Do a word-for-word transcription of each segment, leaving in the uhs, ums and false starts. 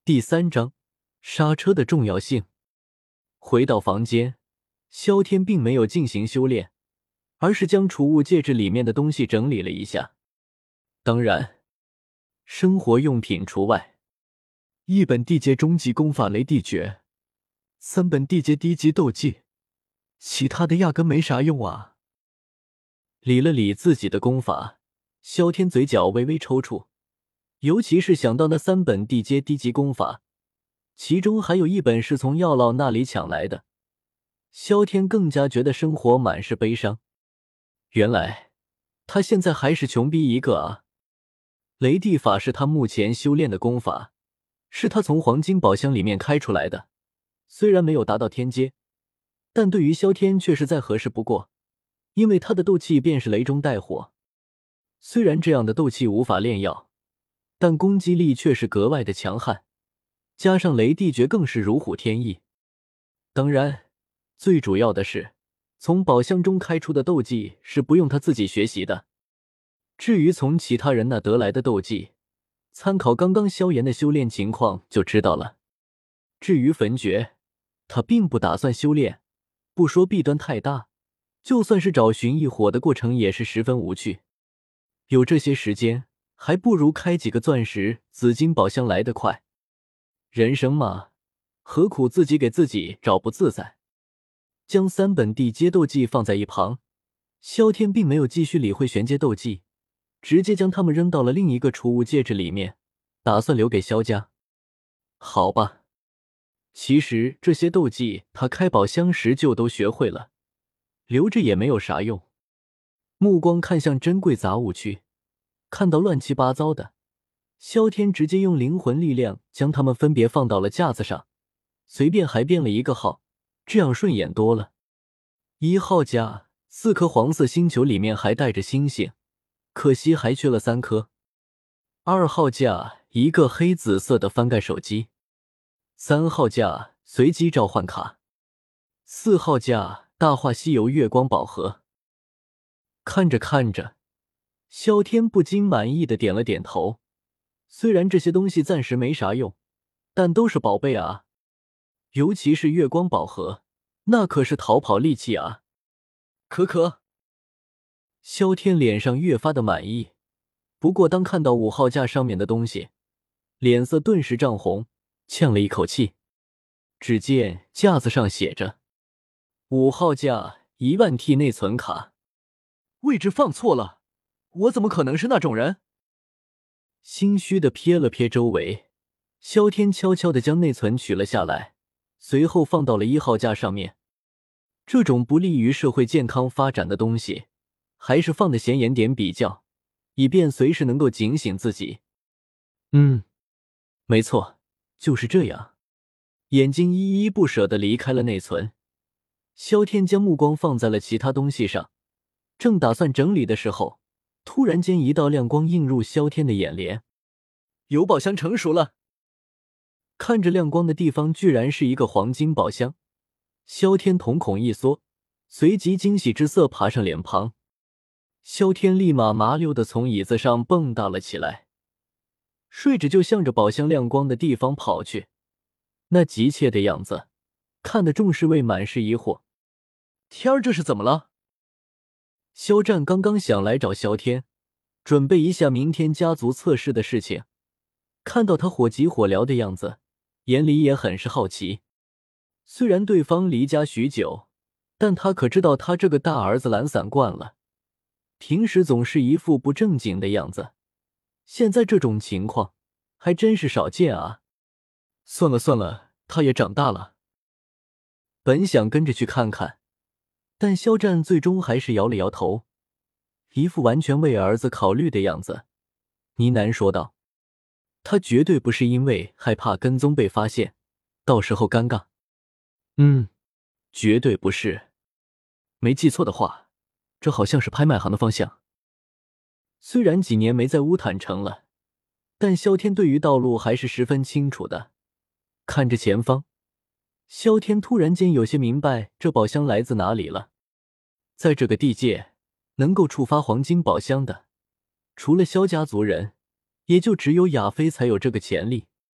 第三章，刹车的重要性。回到房间，萧天并没有进行修炼，而是将储物戒指里面的东西整理了一下。当然，生活用品除外。一本地阶中级功法雷地诀，三本地阶低级斗技，其他的压根没啥用啊。理了理自己的功法，萧天嘴角微微抽搐。尤其是想到那三本地阶低级功法，其中还有一本是从药老那里抢来的，萧天更加觉得生活满是悲伤。原来他现在还是穷逼一个啊！雷地法是他目前修炼的功法，是他从黄金宝箱里面开出来的，虽然没有达到天阶，但对于萧天却是再合适不过，因为他的斗气便是雷中带火。虽然这样的斗气无法炼药，但攻击力却是格外的强悍，加上雷地诀更是如虎添翼。当然，最主要的是，从宝箱中开出的斗技是不用他自己学习的。至于从其他人那得来的斗技，参考刚刚萧炎的修炼情况就知道了。至于焚诀，他并不打算修炼，不说弊端太大，就算是找寻异火的过程也是十分无趣。有这些时间，还不如开几个钻石、紫金宝箱来得快。人生嘛，何苦自己给自己找不自在？将三本地阶斗技放在一旁，萧天并没有继续理会玄阶斗技，直接将它们扔到了另一个储物戒指里面，打算留给萧家。好吧，其实这些斗技他开宝箱时就都学会了，留着也没有啥用。目光看向珍贵杂物区，看到乱七八糟的，萧天直接用灵魂力量将它们分别放到了架子上，随便还编了一个号，这样顺眼多了。一号架四颗黄色星球里面还带着星星，可惜还缺了三颗。二号架一个黑紫色的翻盖手机。三号架随机召唤卡。四号架大话西游月光宝盒。看着看着，萧天不禁满意的点了点头。虽然这些东西暂时没啥用，但都是宝贝啊。尤其是月光宝盒，那可是逃跑利器啊。可可。萧天脸上越发的满意，不过当看到五号架上面的东西，脸色顿时涨红，呛了一口气。只见架子上写着五号架一万 T 内存卡。位置放错了，我怎么可能是那种人？心虚的瞥了瞥周围，萧天悄悄地将内存取了下来，随后放到了一号架上面。这种不利于社会健康发展的东西，还是放得显眼点比较，以便随时能够警醒自己。嗯，没错，就是这样。眼睛依依不舍地离开了内存，萧天将目光放在了其他东西上，正打算整理的时候，突然间一道亮光映入萧天的眼帘。有宝箱成熟了。看着亮光的地方居然是一个黄金宝箱，萧天瞳孔一缩，随即惊喜之色爬上脸庞。萧天立马麻溜地从椅子上蹦跶了起来，睡着就向着宝箱亮光的地方跑去，那急切的样子看得众侍卫满是疑惑。天儿，这是怎么了？肖战刚刚想来找萧天准备一下明天家族测试的事情，看到他火急火燎的样子，眼里也很是好奇。虽然对方离家许久，但他可知道他这个大儿子懒散惯了，平时总是一副不正经的样子，现在这种情况还真是少见啊。算了算了，他也长大了。本想跟着去看看，但肖战最终还是摇了摇头，一副完全为儿子考虑的样子，呢喃说道：他绝对不是因为害怕跟踪被发现，到时候尴尬。嗯，绝对不是。没记错的话，这好像是拍卖行的方向。虽然几年没在乌坦城了，但萧天对于道路还是十分清楚的。看着前方，萧天突然间有些明白这宝箱来自哪里了。在这个地界，能够触发黄金宝箱的，除了萧家族人，也就只有亚飞才有这个潜力。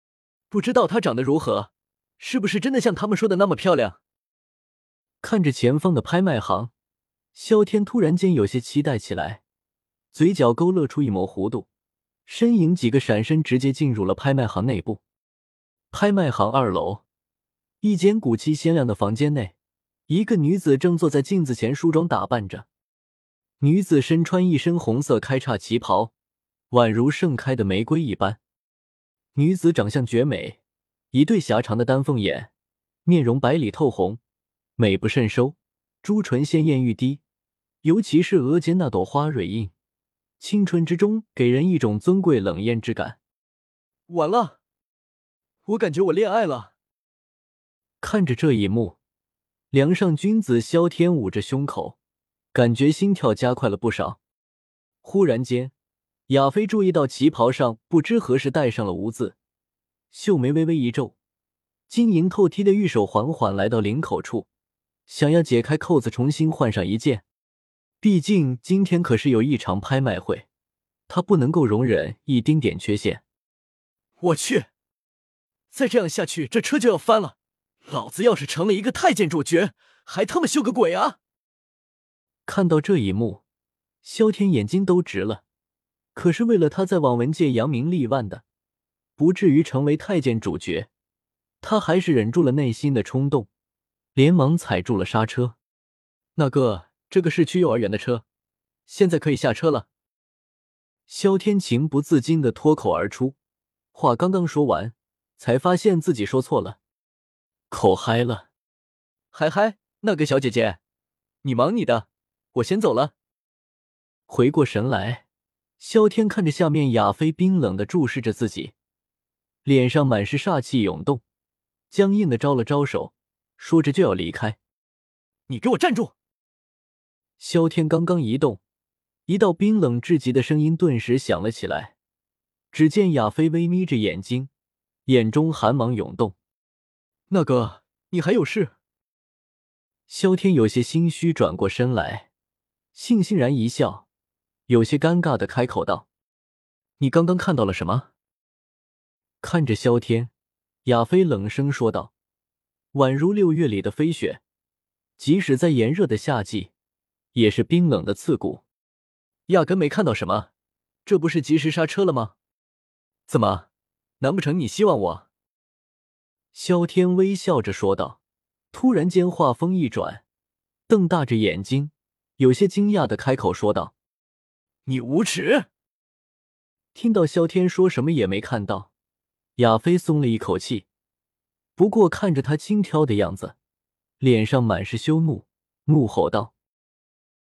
不知道她长得如何，是不是真的像他们说的那么漂亮？看着前方的拍卖行，萧天突然间有些期待起来，嘴角勾勒出一抹弧度，身影几个闪身直接进入了拍卖行内部。拍卖行二楼，一间古气鲜亮的房间内，一个女子正坐在镜子前梳妆打扮着。女子身穿一身红色开叉旗袍，宛如盛开的玫瑰一般。女子长相绝美，一对狭长的丹凤眼，面容白里透红，美不胜收，朱唇鲜艳欲滴，尤其是额间那朵花蕊印，青春之中给人一种尊贵冷艳之感。完了，我感觉我恋爱了。看着这一幕，梁上君子萧天捂着胸口，感觉心跳加快了不少。忽然间，亚飞注意到旗袍上不知何时戴上了无字，秀眉微微一皱，晶莹透剔的玉手缓缓来到领口处，想要解开扣子重新换上一件。毕竟今天可是有一场拍卖会，他不能够容忍一丁点缺陷。我去，再这样下去这车就要翻了，老子要是成了一个太监主角，还他妈秀个鬼啊！看到这一幕，萧天眼睛都直了。可是为了他在网文界扬名立万的，不至于成为太监主角，他还是忍住了内心的冲动，连忙踩住了刹车。那个，这个是去幼儿园的车，现在可以下车了。萧天情不自禁地脱口而出，话刚刚说完，才发现自己说错了，口嗨了。嗨嗨，那个小姐姐，你忙你的，我先走了。回过神来，萧天看着下面亚飞冰冷地注视着自己，脸上满是煞气涌动，僵硬地招了招手，说着就要离开。你给我站住！萧天刚刚一动，一道冰冷至极的声音顿时响了起来。只见亚飞微眯着眼睛，眼中寒芒涌动。那个，你还有事？萧天有些心虚，转过身来，悻悻然一笑，有些尴尬地开口道：你刚刚看到了什么？看着萧天，亚飞冷声说道，宛如六月里的飞雪，即使在炎热的夏季，也是冰冷的刺骨。压根没看到什么，这不是及时刹车了吗？怎么，难不成你希望我？萧天微笑着说道，突然间话锋一转，瞪大着眼睛，有些惊讶地开口说道：你无耻！听到萧天说什么也没看到，亚飞松了一口气，不过看着他轻佻的样子，脸上满是羞怒，怒吼道：